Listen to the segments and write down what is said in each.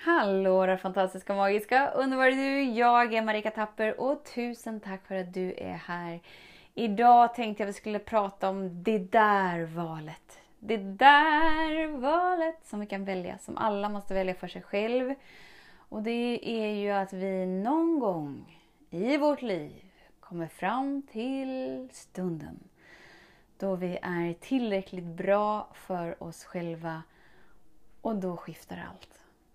Hallå där fantastiska, magiska, underbara du. Jag är Marika Tapper och tusen tack för att du är här. Idag tänkte jag att vi skulle prata om det där valet. Det där valet som vi kan välja, som alla måste välja för sig själv. Och det är ju att vi någon gång i vårt liv kommer fram till stunden då vi är tillräckligt bra för oss själva och då skiftar allt.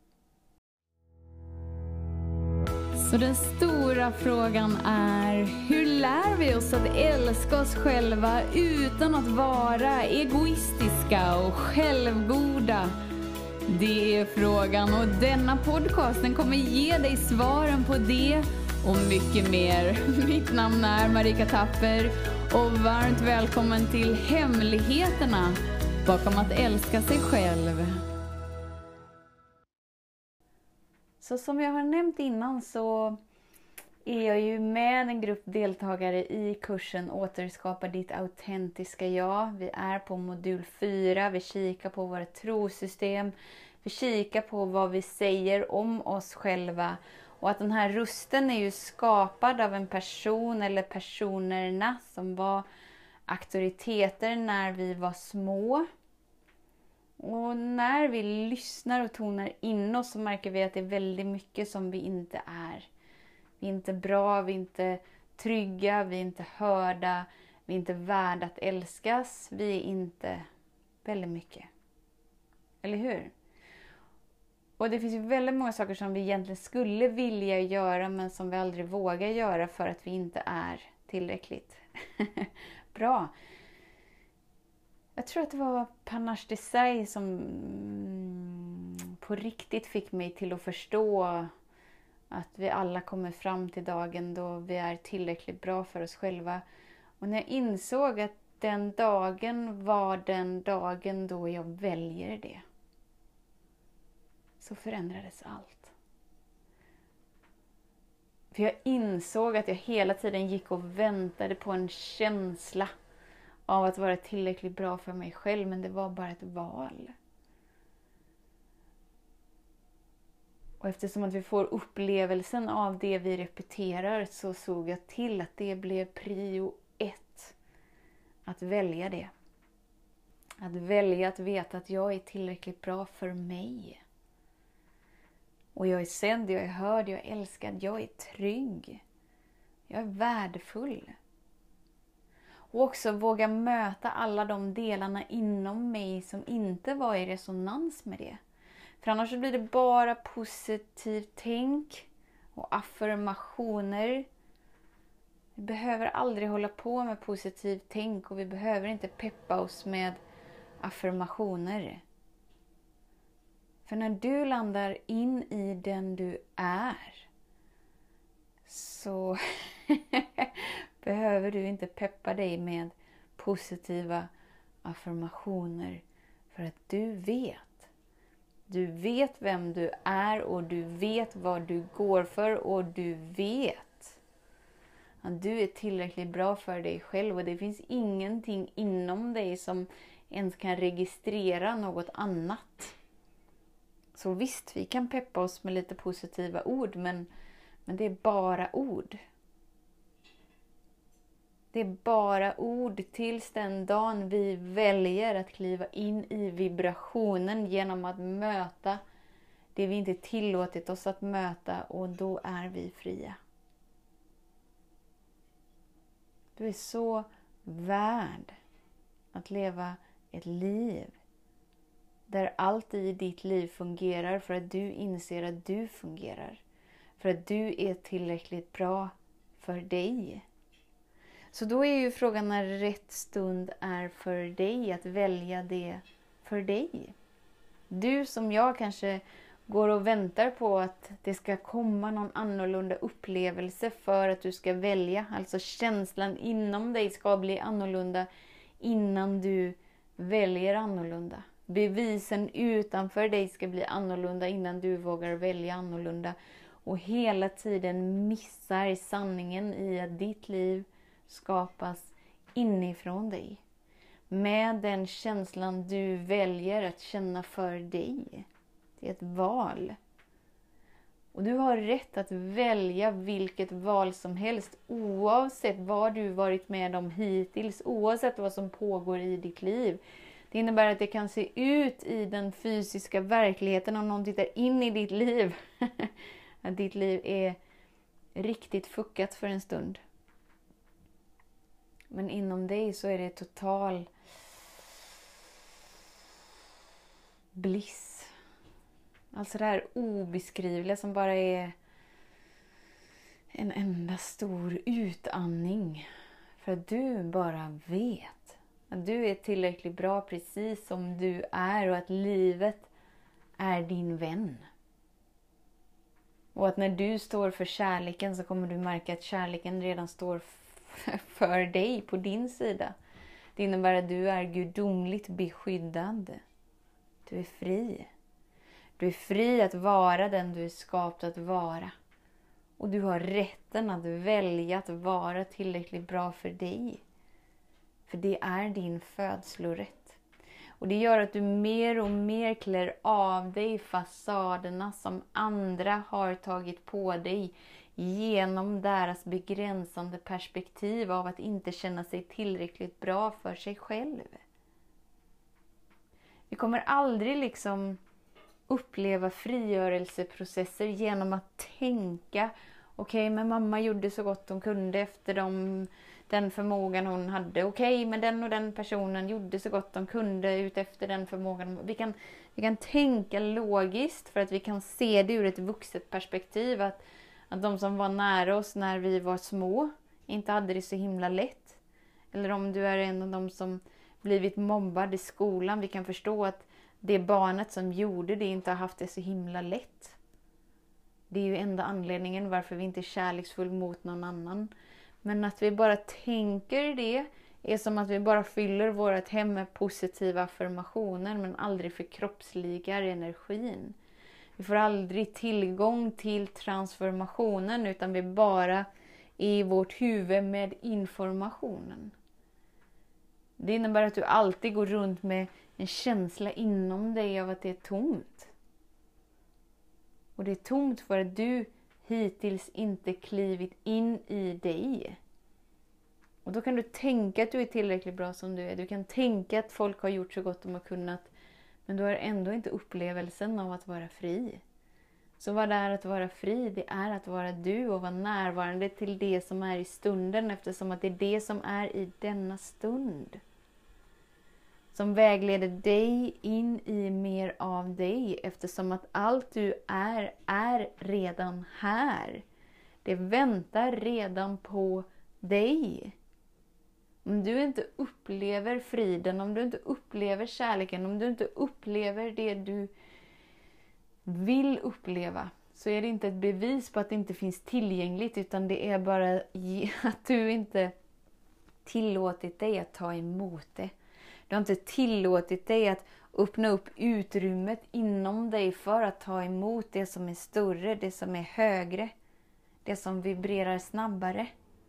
Så den stora frågan är, hur lär vi oss att älska oss själva utan att vara egoistiska och självgoda? Det är frågan, och denna podcasten kommer ge dig svaren på det och mycket mer. Mitt namn är Marika Tapper och varmt välkommen till hemligheterna bakom att älska sig själv. Så som jag har nämnt innan så är jag ju med en grupp deltagare i kursen Återskapa ditt autentiska jag. Vi är på modul 4, vi kikar på våra trosystem, vi kikar på vad vi säger om oss själva. Och att den här rösten är ju skapad av en person eller personerna som var auktoriteter när vi var små. Och när vi lyssnar och tonar in oss så märker vi att det är väldigt mycket som vi inte är. Vi är inte bra, vi är inte trygga, vi är inte hörda, vi är inte värda att älskas. Vi är inte väldigt mycket. Eller hur? Och det finns ju väldigt många saker som vi egentligen skulle vilja göra men som vi aldrig vågar göra för att vi inte är tillräckligt bra. Jag tror att det var Panache Desai som på riktigt fick mig till att förstå att vi alla kommer fram till dagen då vi är tillräckligt bra för oss själva. Och när jag insåg att den dagen var den dagen då jag väljer det, så förändrades allt. För jag insåg att jag hela tiden gick och väntade på en känsla av att vara tillräckligt bra för mig själv, men det var bara ett val. Och eftersom att vi får upplevelsen av det vi repeterar så såg jag till att det blev prio 1. Att välja det. Att välja att veta att jag är tillräckligt bra för mig. Och jag är sänd, jag är hörd, jag är älskad, jag är trygg. Jag är värdefull. Och också våga möta alla de delarna inom mig som inte var i resonans med det. För annars blir det bara positivt tänk och affirmationer. Vi behöver aldrig hålla på med positivt tänk och vi behöver inte peppa oss med affirmationer. För när du landar in i den du är så behöver du inte peppa dig med positiva affirmationer. För att du vet. Du vet vem du är och du vet vad du går för och du vet att du är tillräckligt bra för dig själv. Och det finns ingenting inom dig som ens kan registrera något annat. Så visst, vi kan peppa oss med lite positiva ord, men det är bara ord. Det är bara ord tills den dagen vi väljer att kliva in i vibrationen genom att möta det vi inte tillåtit oss att möta, och då är vi fria. Du är så värd att leva ett liv där allt i ditt liv fungerar för att du inser att du fungerar. För att du är tillräckligt bra för dig. Så då är ju frågan när rätt stund är för dig att välja det för dig. Du som jag kanske går och väntar på att det ska komma någon annorlunda upplevelse för att du ska välja. Alltså känslan inom dig ska bli annorlunda innan du väljer annorlunda. Bevisen utanför dig ska bli annorlunda innan du vågar välja annorlunda. Och hela tiden missar sanningen i att ditt liv skapas inifrån dig. Med den känslan du väljer att känna för dig. Det är ett val. Och du har rätt att välja vilket val som helst oavsett vad du varit med om hittills, oavsett vad som pågår i ditt liv. Det innebär att det kan se ut i den fysiska verkligheten om någon tittar in i ditt liv. Att ditt liv är riktigt fuckat för en stund. Men inom dig så är det total bliss. Alltså det här obeskrivliga som bara är en enda stor utandning. För att du bara vet att du är tillräckligt bra precis som du är och att livet är din vän. Och att när du står för kärleken så kommer du märka att kärleken redan står för dig på din sida. Det innebär att du är gudomligt beskyddad. Du är fri. Du är fri att vara den du är skapad att vara. Och du har rätten att välja att vara tillräckligt bra för dig. För det är din födslorätt. Och det gör att du mer och mer klär av dig fasaderna som andra har tagit på dig genom deras begränsande perspektiv av att inte känna sig tillräckligt bra för sig själv. Vi kommer aldrig uppleva frigörelseprocesser genom att tänka okej, men mamma gjorde så gott hon kunde efter den förmågan hon hade. Okej, men den och den personen gjorde så gott de kunde ut efter den förmågan. Vi kan tänka logiskt för att vi kan se det ur ett vuxet perspektiv. Att de som var nära oss när vi var små inte hade det så himla lätt. Eller om du är en av dem som blivit mobbad i skolan. Vi kan förstå att det barnet som gjorde det inte har haft det så himla lätt. Det är ju enda anledningen varför vi inte är kärleksfull mot någon annan. Men att vi bara tänker det är som att vi bara fyller vårt hem med positiva affirmationer men aldrig förkroppsligar energin. Vi får aldrig tillgång till transformationen utan vi bara i vårt huvud med informationen. Det innebär att du alltid går runt med en känsla inom dig av att det är tomt. Och det är tomt för att du hittills inte klivit in i dig. Och då kan du tänka att du är tillräckligt bra som du är. Du kan tänka att folk har gjort så gott de har kunnat. Men du har ändå inte upplevelsen av att vara fri. Så vad det är att vara fri, det är att vara du och vara närvarande till det som är i stunden. Eftersom att det är det som är i denna stund. Som vägleder dig in i mer av dig. Eftersom att allt du är redan här. Det väntar redan på dig. Om du inte upplever friden, om du inte upplever kärleken, om du inte upplever det du vill uppleva. Så är det inte ett bevis på att det inte finns tillgängligt. Utan det är bara att du inte tillåtit dig att ta emot det. Du har inte tillåtit dig att öppna upp utrymmet inom dig för att ta emot det som är större, det som är högre, det som vibrerar snabbare.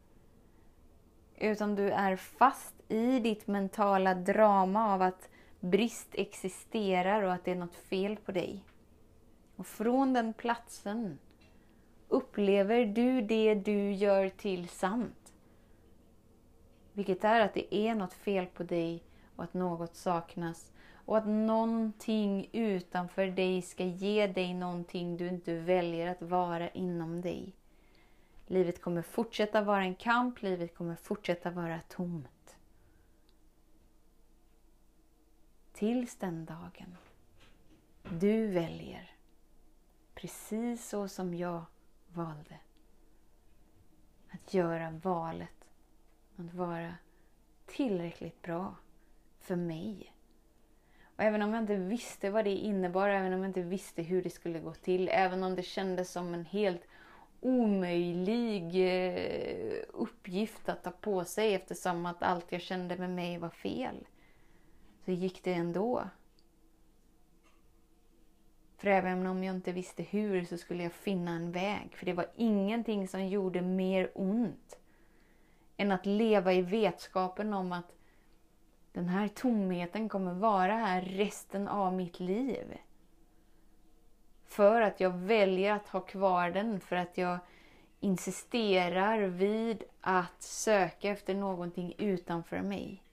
Utan du är fast i ditt mentala drama av att brist existerar och att det är något fel på dig. Och från den platsen upplever du det du gör till sant. Vilket är att det är något fel på dig. Och att något saknas. Och att någonting utanför dig ska ge dig någonting du inte väljer att vara inom dig. Livet kommer fortsätta vara en kamp. Livet kommer fortsätta vara tomt. Tills den dagen. Du väljer. Precis så som jag valde. Att göra valet. Att vara tillräckligt bra. För mig. Och även om jag inte visste vad det innebar. Även om jag inte visste hur det skulle gå till. Även om det kändes som en helt omöjlig uppgift att ta på sig. Eftersom att allt jag kände med mig var fel. Så gick det ändå. För även om jag inte visste hur så skulle jag finna en väg. För det var ingenting som gjorde mer ont. Än att leva i vetskapen om att den här tomheten kommer vara här resten av mitt liv. För att jag väljer att ha kvar den. För att jag insisterar vid att söka efter någonting utanför mig.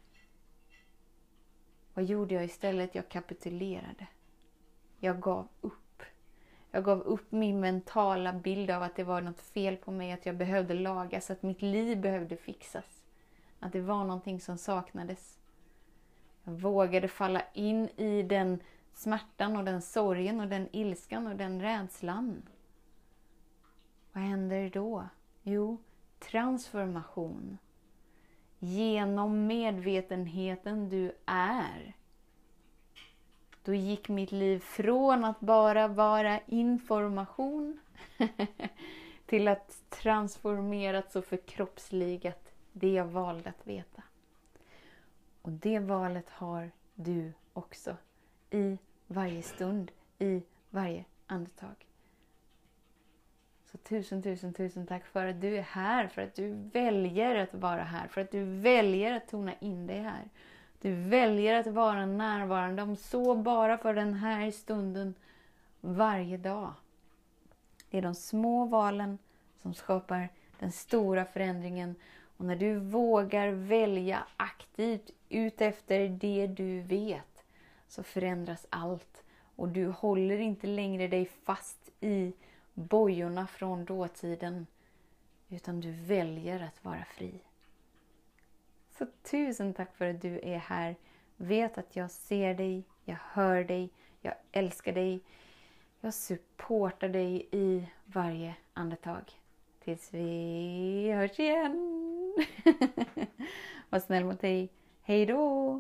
Vad gjorde jag istället? Jag kapitulerade. Jag gav upp. Jag gav upp min mentala bild av att det var något fel på mig. Att jag behövde lagas. Att mitt liv behövde fixas. Att det var någonting som saknades. Jag vågade falla in i den smärtan och den sorgen och den ilskan och den rädslan. Vad händer då? Jo, transformation. Genom medvetenheten du är. Då gick mitt liv från att bara vara information till att transformerats och förkroppsligat det jag valde att veta. Och det valet har du också i varje stund, i varje andetag. Så tusen tack för att du är här, för att du väljer att vara här, för att du väljer att tona in dig här. Du väljer att vara närvarande, om så bara för den här stunden varje dag. Det är de små valen som skapar den stora förändringen. Och när du vågar välja aktivt ut efter det du vet, så förändras allt. Och du håller inte längre dig fast i bojorna från dåtiden, utan du väljer att vara fri. Så tusen tack för att du är här. Vet att jag ser dig, jag hör dig, jag älskar dig. Jag supportar dig i varje andetag. Tills vi hörs igen. Var snäll mot dig. Hej då!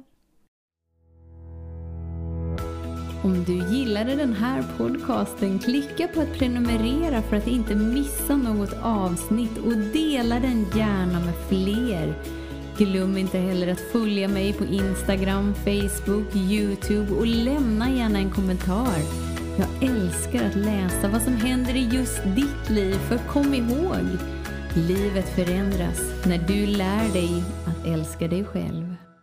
Om du gillade den här podcasten, klicka på att prenumerera för att inte missa något avsnitt och dela den gärna med fler. Glöm inte heller att följa mig på Instagram, Facebook, YouTube och lämna gärna en kommentar. Jag älskar att läsa vad som händer i just ditt liv, för kom ihåg, livet förändras när du lär dig att älska dig själv.